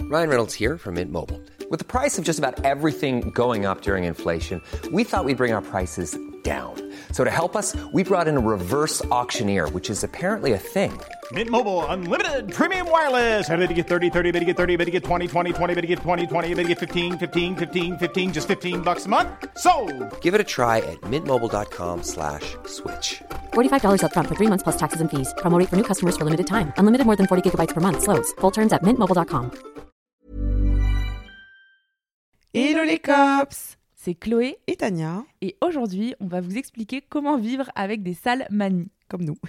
Ryan Reynolds here from Mint Mobile. With the price of just about everything going up during inflation, we thought we'd bring our prices down. So to help us, we brought in a reverse auctioneer, which is apparently a thing. Mint Mobile Unlimited Premium Wireless. How to get 30, 30, bit to get 30, bit to get 20, 20, 20, bit to get 20, 20, bit to get 15, 15, 15, 15, just $15 a month? Sold! Give it a try at mintmobile.com/switch. $45 up front for 3 months plus taxes and fees. Promo rate for new customers for limited time. Unlimited more than 40 gigabytes per month. Slows full terms at mintmobile.com. Hello les cops! C'est Chloé Et Tania. et aujourd'hui, on va vous expliquer comment vivre avec des sales manies. Comme nous.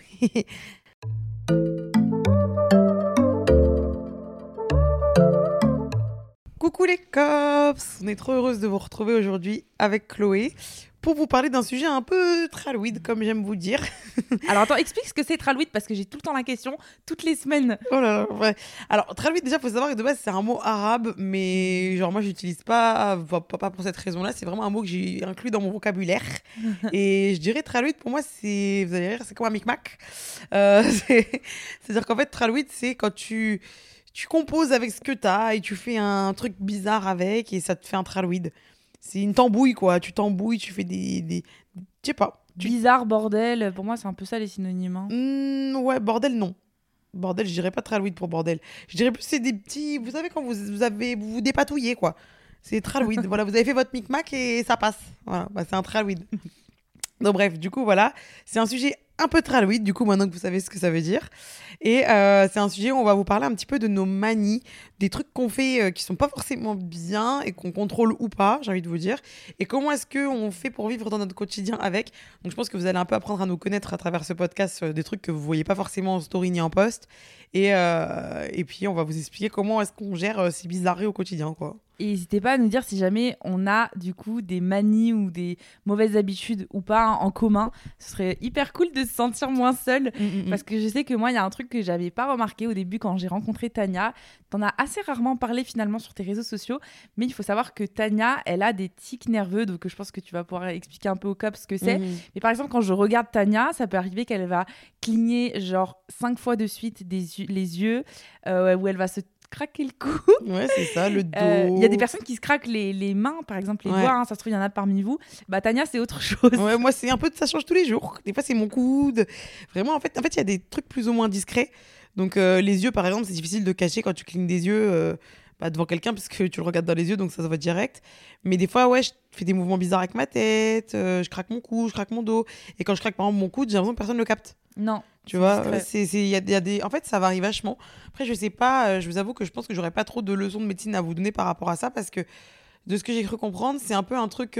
Coucou les cops! On est trop heureuse de vous retrouver aujourd'hui avec Chloé pour vous parler d'un sujet un peu tralouide, comme j'aime vous dire. Alors attends, explique ce que c'est tralouide parce que j'ai tout le temps la question, toutes les semaines. Oh là là, ouais. Alors, tralouide, déjà, il faut savoir que de base, c'est un mot arabe, mais genre, moi, j'utilise pas pour cette raison-là. C'est vraiment un mot que j'ai inclus dans mon vocabulaire. Et je dirais tralouide, pour moi, c'est, vous allez rire, c'est comme un micmac. C'est-à-dire qu'en fait, tralouide, c'est quand tu composes avec ce que t'as et tu fais un truc bizarre avec et ça te fait un tralouide. C'est une tambouille, quoi. Tu tambouilles, tu fais des... Je sais pas. Bizarre, bordel, pour moi c'est un peu ça les synonymes. Hein. Ouais, bordel, non. Bordel, je dirais pas tralouide pour bordel. Je dirais plus c'est des petits... Vous savez quand vous vous dépatouillez, quoi. C'est tralouide. Voilà, vous avez fait votre micmac et ça passe. Voilà, bah, c'est un tralouide. Donc bref, du coup, voilà. C'est un sujet un peu tralouide, du coup, maintenant que vous savez ce que ça veut dire. Et c'est un sujet où on va vous parler un petit peu de nos manies, des trucs qu'on fait qui sont pas forcément bien et qu'on contrôle ou pas, j'ai envie de vous dire. Et comment est-ce qu'on fait pour vivre dans notre quotidien avec. Donc je pense que vous allez un peu apprendre à nous connaître à travers ce podcast, des trucs que vous voyez pas forcément en story ni en post. Et puis on va vous expliquer comment est-ce qu'on gère ces bizarreries au quotidien, quoi. Et n'hésitez pas à nous dire si jamais on a du coup des manies ou des mauvaises habitudes ou pas en commun. Ce serait hyper cool de se sentir moins seul parce que je sais que moi il y a un truc que j'avais pas remarqué au début quand j'ai rencontré Tania. T'en as assez rarement parlé finalement sur tes réseaux sociaux, mais il faut savoir que Tania, elle a des tics nerveux, donc je pense que tu vas pouvoir expliquer un peu au cops ce que c'est. Mais par exemple quand je regarde Tania, ça peut arriver qu'elle va cligner genre 5 fois de suite les yeux, où elle va se craquer le cou. Ouais, c'est ça, le dos. Il y a des personnes qui se craquent les mains, par exemple, les doigts, hein, ça se trouve, il y en a parmi vous. Bah, Tania, c'est autre chose. Ouais, moi, c'est un peu, ça change tous les jours. Des fois, c'est mon coude. Vraiment, en fait, il y a des trucs plus ou moins discrets. Donc, les yeux, par exemple, c'est difficile de cacher quand tu clignes des yeux devant quelqu'un parce que tu le regardes dans les yeux, donc ça se voit direct. Mais des fois, ouais, je fais des mouvements bizarres avec ma tête, je craque mon cou, je craque mon dos. Et quand je craque, par exemple, mon coude, j'ai l'impression que personne ne le capte. Non. Tu vois, il y a des... En fait, ça varie vachement. Après, je sais pas, je vous avoue que je pense que j'aurais pas trop de leçons de médecine à vous donner par rapport à ça parce que de ce que j'ai cru comprendre, c'est un peu un truc,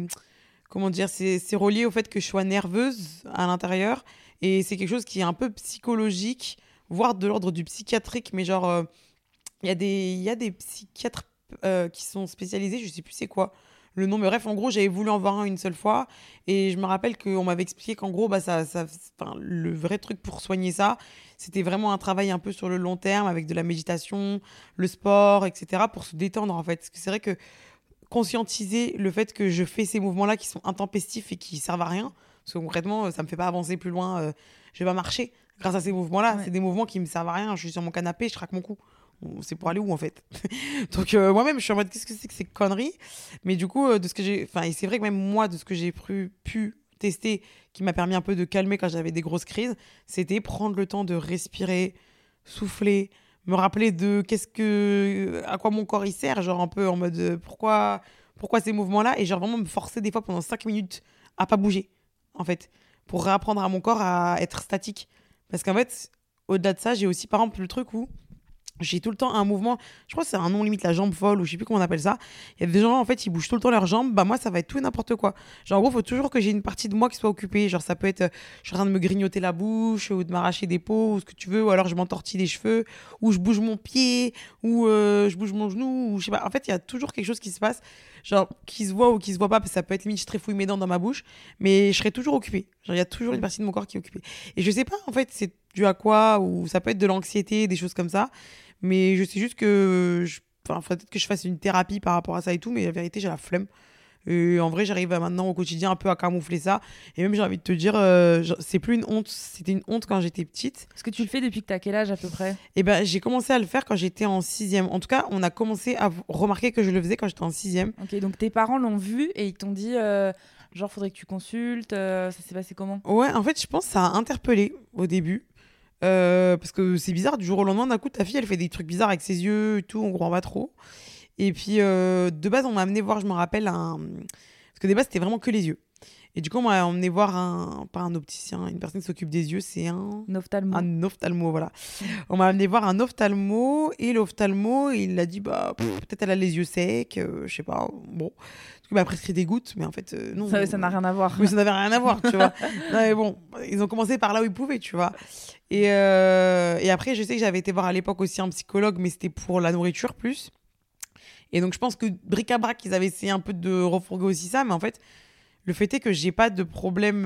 comment dire, c'est relié au fait que je sois nerveuse à l'intérieur et c'est quelque chose qui est un peu psychologique, voire de l'ordre du psychiatrique, mais genre, il y a des psychiatres qui sont spécialisés, je sais plus c'est quoi le nom, mais bref, en gros, j'avais voulu en voir un une seule fois et je me rappelle qu'on m'avait expliqué qu'en gros, bah, le vrai truc pour soigner ça, c'était vraiment un travail un peu sur le long terme avec de la méditation, le sport, etc. pour se détendre en fait. Parce que c'est vrai que conscientiser le fait que je fais ces mouvements-là qui sont intempestifs et qui servent à rien, parce que concrètement, ça me fait pas avancer plus loin, je vais pas marcher grâce à ces mouvements-là. Ouais. C'est des mouvements qui me servent à rien, je suis sur mon canapé, je craque mon cou. C'est pour aller où en fait? Donc moi-même je suis en mode qu'est-ce que c'est que ces conneries, mais du coup de ce que j'ai, enfin et c'est vrai que même moi de ce que j'ai pu tester qui m'a permis un peu de calmer quand j'avais des grosses crises, c'était prendre le temps de respirer, souffler, me rappeler de à quoi mon corps il sert, genre un peu en mode pourquoi ces mouvements-là, et genre vraiment me forcer des fois pendant 5 minutes à pas bouger en fait, pour réapprendre à mon corps à être statique, parce qu'en fait au-delà de ça j'ai aussi par exemple le truc où j'ai tout le temps un mouvement, je crois que c'est un nom limite la jambe folle ou je sais plus comment on appelle ça. Il y a des gens en fait ils bougent tout le temps leurs jambes, bah moi ça va être tout et n'importe quoi. Genre en gros, faut toujours que j'ai une partie de moi qui soit occupée, genre ça peut être je suis en train de me grignoter la bouche ou de m'arracher des peaux ou ce que tu veux, ou alors je m'entortille les cheveux ou je bouge mon pied ou je bouge mon genou ou je sais pas. En fait, il y a toujours quelque chose qui se passe, genre qui se voit ou qui se voit pas, parce que ça peut être limite je trifouille mes dents dans ma bouche, mais je serai toujours occupée. Genre il y a toujours une partie de mon corps qui est occupée. Et je sais pas en fait, c'est dû à quoi, ou ça peut être de l'anxiété, des choses comme ça. Mais je sais juste que peut-être que je fasse une thérapie par rapport à ça et tout, mais la vérité, j'ai la flemme. Et en vrai, j'arrive maintenant au quotidien un peu à camoufler ça. Et même, j'ai envie de te dire, c'est plus une honte. C'était une honte quand j'étais petite. Est-ce que tu le fais depuis que t'as quel âge à peu près? Et ben, j'ai commencé à le faire quand j'étais en 6e. En tout cas, on a commencé à remarquer que je le faisais quand j'étais en 6e. Ok, donc tes parents l'ont vu et ils t'ont dit genre faudrait que tu consultes. Ça s'est passé comment? Ouais, en fait, je pense que ça a interpellé au début. Parce que c'est bizarre, du jour au lendemain, d'un coup, ta fille, elle fait des trucs bizarres avec ses yeux et tout, on comprend pas trop. Et puis, de base, on m'a amené voir, je me rappelle, parce que de base, c'était vraiment que les yeux. Et du coup, on m'a emmené voir pas un opticien, une personne qui s'occupe des yeux, c'est un ophtalmo, voilà. On m'a amené voir un ophtalmo, et l'ophtalmo, il a dit, bah, peut-être elle a les yeux secs, je sais pas, bon. Du coup, il m'a prescrit des gouttes, mais en fait, non. Ça n'a rien à voir. Oui, ça n'avait rien à voir, tu vois. Non, mais bon, ils ont commencé par là où ils pouvaient, tu vois. Et après, je sais que j'avais été voir à l'époque aussi un psychologue, mais c'était pour la nourriture plus. Et donc, je pense que bric-à-brac, ils avaient essayé un peu de refourguer aussi ça. Mais en fait, le fait est que j'ai pas de problème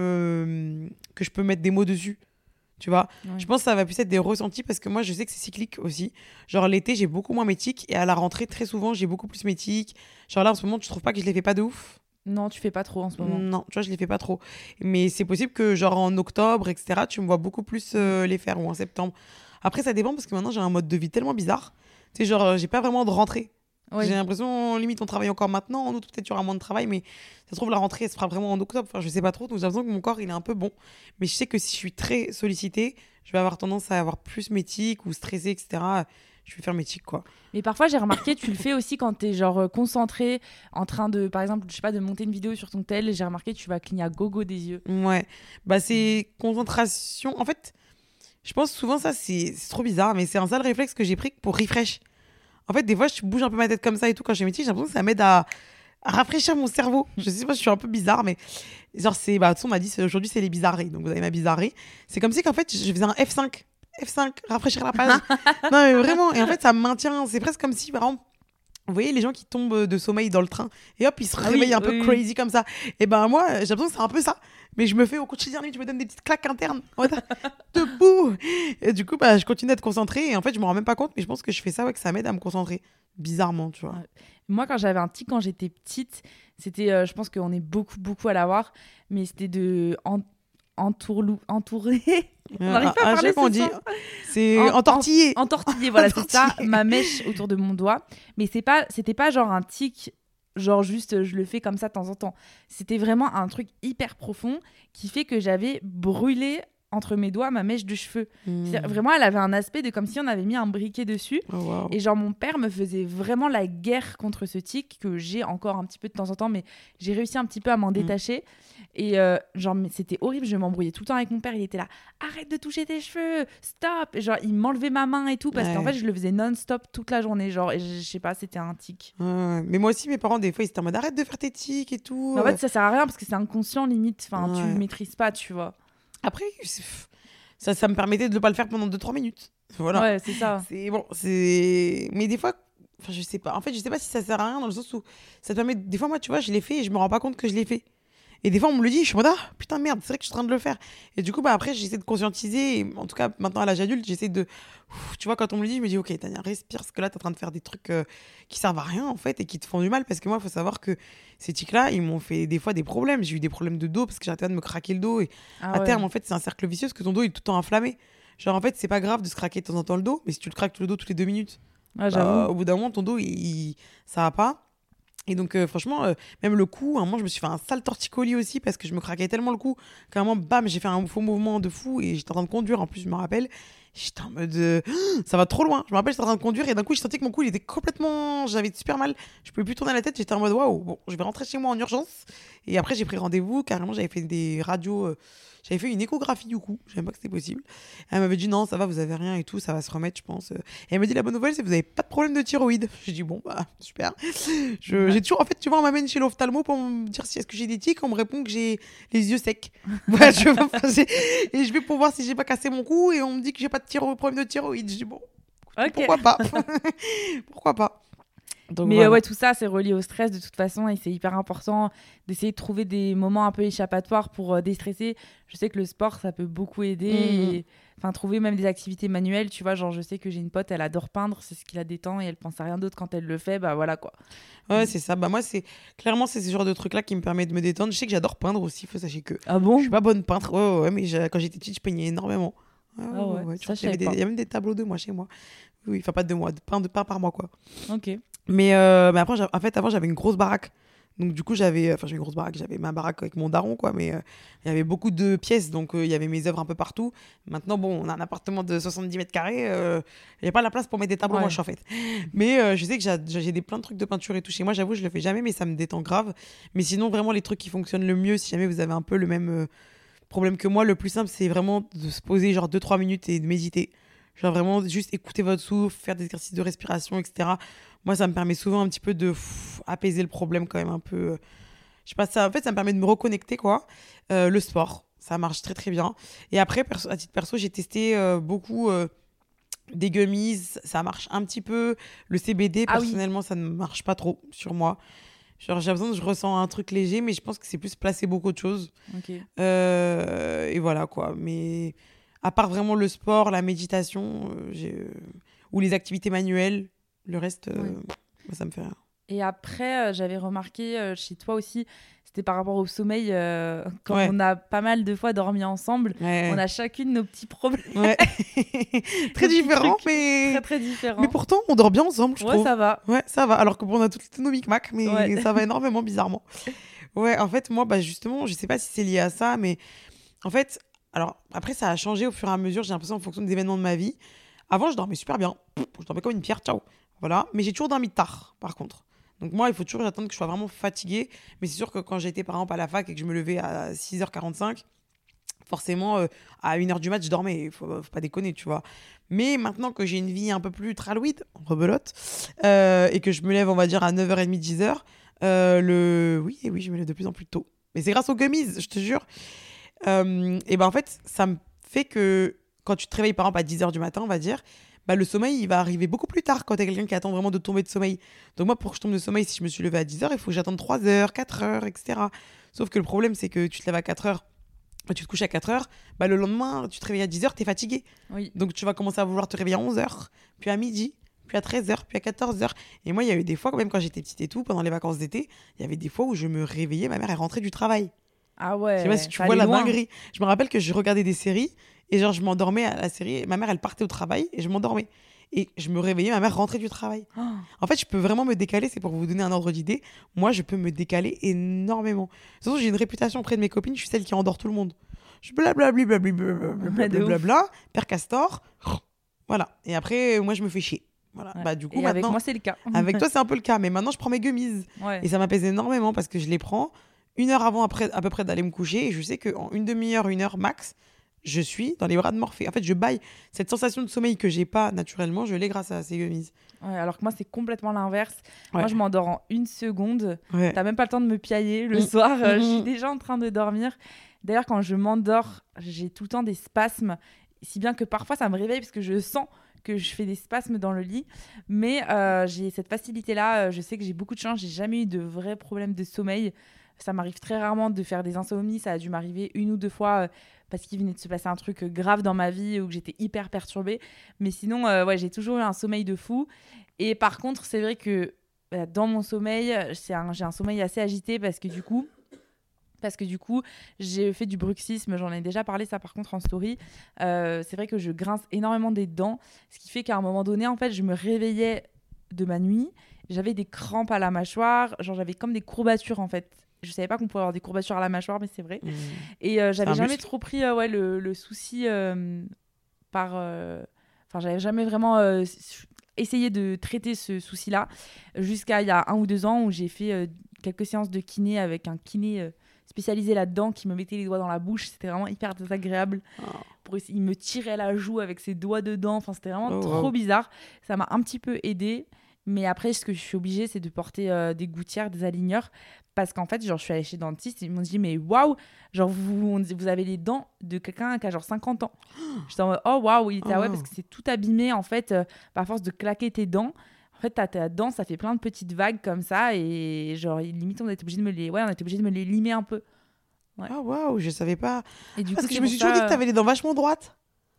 que je peux mettre des mots dessus. Tu vois, Ouais. je pense que ça va plus être des ressentis parce que moi, je sais que c'est cyclique aussi. Genre, l'été, j'ai beaucoup moins mes tics. Et à la rentrée, très souvent, j'ai beaucoup plus mes tics. Genre là, en ce moment, tu trouves pas que je les fais pas de ouf? Non, tu fais pas trop en ce moment. Non, tu vois, je les fais pas trop. Mais c'est possible que, genre, en octobre, etc., tu me vois beaucoup plus les faire ou en septembre. Après, ça dépend parce que maintenant, j'ai un mode de vie tellement bizarre. Tu sais, genre, j'ai pas vraiment de rentrée. Oui. J'ai l'impression, limite, on travaille encore maintenant. En août, peut-être, il y aura moins de travail, mais ça se trouve, la rentrée, elle se fera vraiment en octobre. Enfin, je sais pas trop. Donc, j'ai l'impression que mon corps, il est un peu bon. Mais je sais que si je suis très sollicitée, je vais avoir tendance à avoir plus mes tics ou stressée, etc. Je vais faire mes tics, quoi. Mais parfois, j'ai remarqué, tu le fais aussi quand t'es genre concentré, en train de, par exemple, je sais pas, de monter une vidéo sur ton tel. J'ai remarqué, tu vas cligner à gogo des yeux. Ouais. Bah, c'est concentration. En fait, je pense souvent, ça, c'est trop bizarre, mais c'est un sale réflexe que j'ai pris pour refresh. En fait, des fois, je bouge un peu ma tête comme ça et tout quand je fais mes tics. J'ai l'impression que ça m'aide à rafraîchir mon cerveau. Je sais pas, je suis un peu bizarre, mais genre, c'est. Bah, de toute façon, on m'a dit aujourd'hui, c'est les bizarreries. Donc, vous avez ma bizarrerie. C'est comme si qu'en fait, je faisais un F5. F5, rafraîchir la page. Non, mais vraiment. Et en fait, ça me maintient. C'est presque comme si, par exemple, vous voyez les gens qui tombent de sommeil dans le train et hop, ils se réveillent un peu crazy comme ça. Et ben moi, j'ai l'impression que c'est un peu ça. Mais je me fais au quotidien, je me donne des petites claques internes. Debout. Et du coup, bah, je continue d'être concentrée. Et en fait, je me rends même pas compte, mais je pense que je fais ça, ouais, que ça m'aide à me concentrer. Bizarrement, tu vois. Ouais. Moi, quand j'avais un tic quand j'étais petite, c'était, je pense qu'on est beaucoup à l'avoir, mais c'était de entourer. On n'arrive pas à parler on ce dit. soir. C'est entortillé. Entortillé, voilà, c'est ça, Entortillé. ma mèche autour de mon doigt. Mais c'était pas genre un tic, genre juste je le fais comme ça de temps en temps. C'était vraiment un truc hyper profond qui fait que j'avais brûlé entre mes doigts ma mèche de cheveux. Vraiment, elle avait un aspect de comme si on avait mis un briquet dessus. Oh, wow. Et genre, mon père me faisait vraiment la guerre contre ce tic que j'ai encore un petit peu de temps en temps, mais j'ai réussi un petit peu à m'en détacher. Et genre, mais c'était horrible, je m'embrouillais tout le temps avec mon père. Il était là, arrête de toucher tes cheveux, stop. Et genre, il m'enlevait ma main et tout parce qu'en fait, je le faisais non-stop toute la journée. Genre, et je sais pas, c'était un tic. Mais moi aussi, mes parents, des fois, ils étaient en mode arrête de faire tes tics et tout. Mais en fait, ça sert à rien parce que c'est inconscient limite. Enfin, tu Ouais. le maîtrises pas, tu vois. Après, ça me permettait de ne pas le faire pendant 2-3 minutes. Voilà. Ouais, c'est ça. C'est bon, c'est. Mais des fois, enfin, je sais pas. En fait, je sais pas si ça sert à rien dans le sens où ça te permet. Des fois, moi, tu vois, je l'ai fait et je me rends pas compte que je l'ai fait. Et des fois, on me le dit, je suis en mode ah putain, merde, c'est vrai que je suis en train de le faire. Et du coup, bah après, j'essaie de conscientiser. Et en tout cas, maintenant à l'âge adulte, j'essaie de. Tu vois, quand on me le dit, je me dis, ok, Tania, respire, parce que là, t'es en train de faire des trucs qui servent à rien, en fait, et qui te font du mal. Parce que moi, il faut savoir que ces tics-là, ils m'ont fait des fois des problèmes. J'ai eu des problèmes de dos parce que j'arrêtais pas de me craquer le dos. Et Ah à ouais. terme, en fait, c'est un cercle vicieux parce que ton dos il est tout le temps inflammé. Genre, en fait, c'est pas grave de se craquer de temps en temps le dos, mais si tu le craques tout le dos toutes les 2 minutes, Ouais, j'avoue. au bout d'un moment, ton dos, ça va pas. Et donc, franchement, même le cou, à un moment, je me suis fait un sale torticolis aussi parce que je me craquais tellement le cou qu'à un moment, bam, j'ai fait un faux mouvement de fou et j'étais en train de conduire. En plus, je me rappelle, j'étais en mode ça va trop loin. Je me rappelle, j'étais en train de conduire et d'un coup, je sentais que mon cou, il était complètement. J'avais super mal. Je pouvais plus tourner la tête. J'étais en mode waouh, bon, je vais rentrer chez moi en urgence. Et après, j'ai pris rendez-vous. Carrément, j'avais fait des radios. J'avais fait une échographie du coup. Je savais pas que c'était possible. Et elle m'avait dit non, ça va, vous avez rien et tout, ça va se remettre, je pense. Et elle m'a dit la bonne nouvelle, c'est que vous avez pas de problème de thyroïde. J'ai dit bon, bah super. J'ai toujours, en fait, tu vois, on m'amène chez l'ophtalmo pour me dire si est-ce que j'ai des tics. On me répond que j'ai les yeux secs. Ouais, et je vais pour voir si j'ai pas cassé mon cou et on me dit que j'ai pas de problème de thyroïde. Je dis bon, Ok. pourquoi pas. Pourquoi pas. Donc, Mais voilà. ouais, tout ça, c'est relié au stress de toute façon et c'est hyper important d'essayer de trouver des moments un peu échappatoires pour déstresser. Je sais que le sport, ça peut beaucoup aider. Et... Enfin, trouver même des activités manuelles, tu vois. Genre, je sais que j'ai une pote, elle adore peindre, c'est ce qui la détend et elle pense à rien d'autre quand elle le fait. Bah voilà quoi. Ouais, c'est ça. Bah, moi, clairement, c'est ce genre de truc-là qui me permet de me détendre. Je sais que j'adore peindre aussi, faut sachez que. Ah bon? Je suis pas bonne peintre, ouais, mais quand j'étais petite, je peignais énormément. Ah ouais, tu ça, vois, je savais il pas. y a même des tableaux de moi chez moi. Oui, enfin pas de moi, de peint par mois, quoi. Ok. Mais après, en fait, avant, j'avais une grosse baraque. Donc, du coup, j'avais une grosse baraque. J'avais ma baraque avec mon daron, quoi. Mais il y avait beaucoup de pièces. Donc, il y avait mes œuvres un peu partout. Maintenant, bon, on a un appartement de 70 mètres carrés. Il n'y a pas la place pour mettre des tableaux Ouais. moches, en fait. Mais je sais que j'ai plein de trucs de peinture et tout chez moi. J'avoue, je le fais jamais, mais ça me détend grave. Mais sinon, vraiment, les trucs qui fonctionnent le mieux, si jamais vous avez un peu le même problème que moi, le plus simple, c'est vraiment de se poser genre 2-3 minutes et de méditer. Genre vraiment juste écouter votre souffle, faire des exercices de respiration, etc. Moi, ça me permet souvent un petit peu de apaiser le problème quand même un peu. Je sais pas, ça, en fait, ça me permet de me reconnecter, quoi. Le sport, ça marche très très bien. Et après, à titre perso, j'ai testé beaucoup des gummies, ça marche un petit peu. Le CBD, Ah oui. personnellement, ça ne marche pas trop sur moi. Genre, j'ai l'impression que je ressens un truc léger, mais je pense que c'est plus placebo qu'autre chose. Ok. Et voilà, quoi. Mais à part vraiment le sport, la méditation, ou les activités manuelles, le reste, moi, ça me fait rien. Et après, j'avais remarqué chez toi aussi, c'était par rapport au sommeil, quand Ouais. on a pas mal de fois dormi ensemble, Ouais. on a chacune nos petits problèmes Ouais. Très Des petits différent, trucs mais... très très différents. mais pourtant, on dort bien ensemble, je ouais, trouve. ça va. Ouais, ça va. Alors que bon, on a tous nos micmacs, mais Ouais. ça va énormément bizarrement. Ouais, en fait, moi, bah, justement, je sais pas si c'est lié à ça, mais en fait, alors après, ça a changé au fur et à mesure, j'ai l'impression, en fonction des événements de ma vie. Avant, je dormais super bien. Je dormais comme une pierre, ciao. Voilà. Mais j'ai toujours dormi tard, par contre. Donc moi, il faut toujours attendre que je sois vraiment fatiguée. Mais c'est sûr que quand j'étais, par exemple, à la fac et que je me levais à 6h45, forcément, à 1h du mat, je dormais. Faut pas déconner, tu vois. Mais maintenant que j'ai une vie un peu plus tralouide, rebelote, et que je me lève, on va dire, à 9h30, 10h, oui, je me lève de plus en plus tôt. Mais c'est grâce aux gummies, je te jure. Et ben en fait, ça me fait que quand tu te réveilles, par exemple, à 10h du matin, on va dire, bah, le sommeil, il va arriver beaucoup plus tard quand t'es quelqu'un qui attend vraiment de tomber de sommeil. Donc moi, pour que je tombe de sommeil, si je me suis levée à 10h, il faut que j'attende 3h, 4h, etc. Sauf que le problème, c'est que tu te lèves à 4h, tu te couches à 4h, bah, le lendemain, tu te réveilles à 10h, t'es fatigué. Oui. Donc tu vas commencer à vouloir te réveiller à 11h, puis à midi, puis à 13h, puis à 14h. Et moi, il y a eu des fois, même quand j'étais petite et tout, pendant les vacances d'été, il y avait des fois où je me réveillais, ma mère est rentrée du travail. Ah ouais. Je sais pas si tu ça vois allait la loin. dinguerie. Je me rappelle que je regardais des séries et genre je m'endormais à la série. Et ma mère, elle partait au travail et je m'endormais. Et je me réveillais, ma mère rentrait du travail. Oh. En fait, je peux vraiment me décaler, c'est pour vous donner un ordre d'idée. Moi, je peux me décaler énormément. Surtout, j'ai une réputation auprès de mes copines, je suis celle qui endort tout le monde. Je blablabli, blablabla, Père Castor. Voilà. Et après, moi, je me fais chier. Voilà. Ouais. Bah, du coup, Et avec maintenant, moi, c'est le cas. avec toi, c'est un peu le cas. Mais maintenant, je prends mes gummies. Ouais. Et ça m'apaise énormément parce que je les prends 1 heure avant, après, à peu près, d'aller me coucher. Et je sais qu'en une demi-heure, 1 heure max, je suis dans les bras de Morphée. En fait, je baille. Cette sensation de sommeil que j'ai pas naturellement, je l'ai grâce à ces gummies. Ouais, alors que moi, c'est complètement l'inverse. Ouais. Moi, je m'endors en 1 seconde. Ouais. T'as même pas le temps de me piailler. Le Mm. soir, je Mhm. suis déjà en train de dormir. D'ailleurs, quand je m'endors, j'ai tout le temps des spasmes. Si bien que parfois, ça me réveille parce que je sens que je fais des spasmes dans le lit. Mais j'ai cette facilité-là. Je sais que j'ai beaucoup de chance. J'ai jamais eu de vrais problèmes de sommeil. Ça m'arrive très rarement de faire des insomnies. Ça a dû m'arriver 1 ou 2 fois parce qu'il venait de se passer un truc grave dans ma vie ou que j'étais hyper perturbée. Mais sinon, ouais, j'ai toujours eu un sommeil de fou. Et par contre, c'est vrai que dans mon sommeil, j'ai un sommeil assez agité parce que du coup, j'ai fait du bruxisme. J'en ai déjà parlé, ça, par contre, en story. C'est vrai que je grince énormément des dents. Ce qui fait qu'à un moment donné, en fait, je me réveillais de ma nuit. J'avais des crampes à la mâchoire. Genre, j'avais comme des courbatures, en fait. Je savais pas qu'on pouvait avoir des courbatures à la mâchoire, mais c'est vrai. Mmh. Et j'avais un jamais muscle. trop pris le souci par... Enfin, j'avais jamais vraiment essayé de traiter ce souci-là jusqu'à il y a 1 ou 2 ans où j'ai fait quelques séances de kiné avec un kiné spécialisé là-dedans qui me mettait les doigts dans la bouche. C'était vraiment hyper désagréable. Il me tirait la joue avec ses doigts dedans. Enfin, c'était vraiment trop bizarre. Ça m'a un petit peu aidée. Mais après, ce que je suis obligée, c'est de porter des gouttières, des aligneurs. Parce qu'en fait, genre, je suis allée chez le dentiste, ils m'ont dit, mais waouh, genre, vous avez les dents de quelqu'un qui a genre 50 ans. J'étais en mode, oh waouh, il était, ah ouais, parce que c'est tout abîmé, en fait, à force de claquer tes dents. En fait, ta dent, ça fait plein de petites vagues comme ça et genre limite on était obligé de me les limer un peu. Ouais. Ah waouh, je savais pas. Et du Parce coup, que c'est je me suis toujours dit que t'avais les dents vachement droites.